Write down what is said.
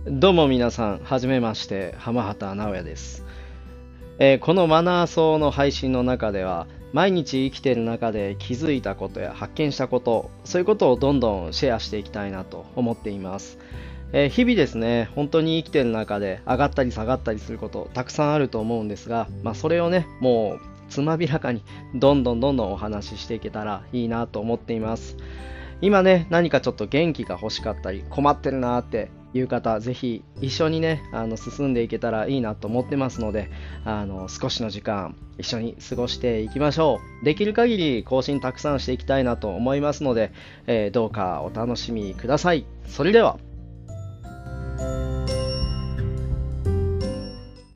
どうも皆さん、はじめまして、浜畑直也です。このマナー層の配信の中では、毎日生きている中で気づいたことや発見したこと、そういうことをどんどんシェアしていきたいなと思っています。日々ですね、本当に生きている中で上がったり下がったりすること、たくさんあると思うんですが、それをね、もうつまびらかにどんどんお話ししていけたらいいなと思っています。今ね、何かちょっと元気が欲しかったり、困ってるなーっていう方、ぜひ一緒にね、進んでいけたらいいなと思ってますので、少しの時間、一緒に過ごしていきましょう。できる限り更新たくさんしていきたいなと思いますので、どうかお楽しみください。それでは。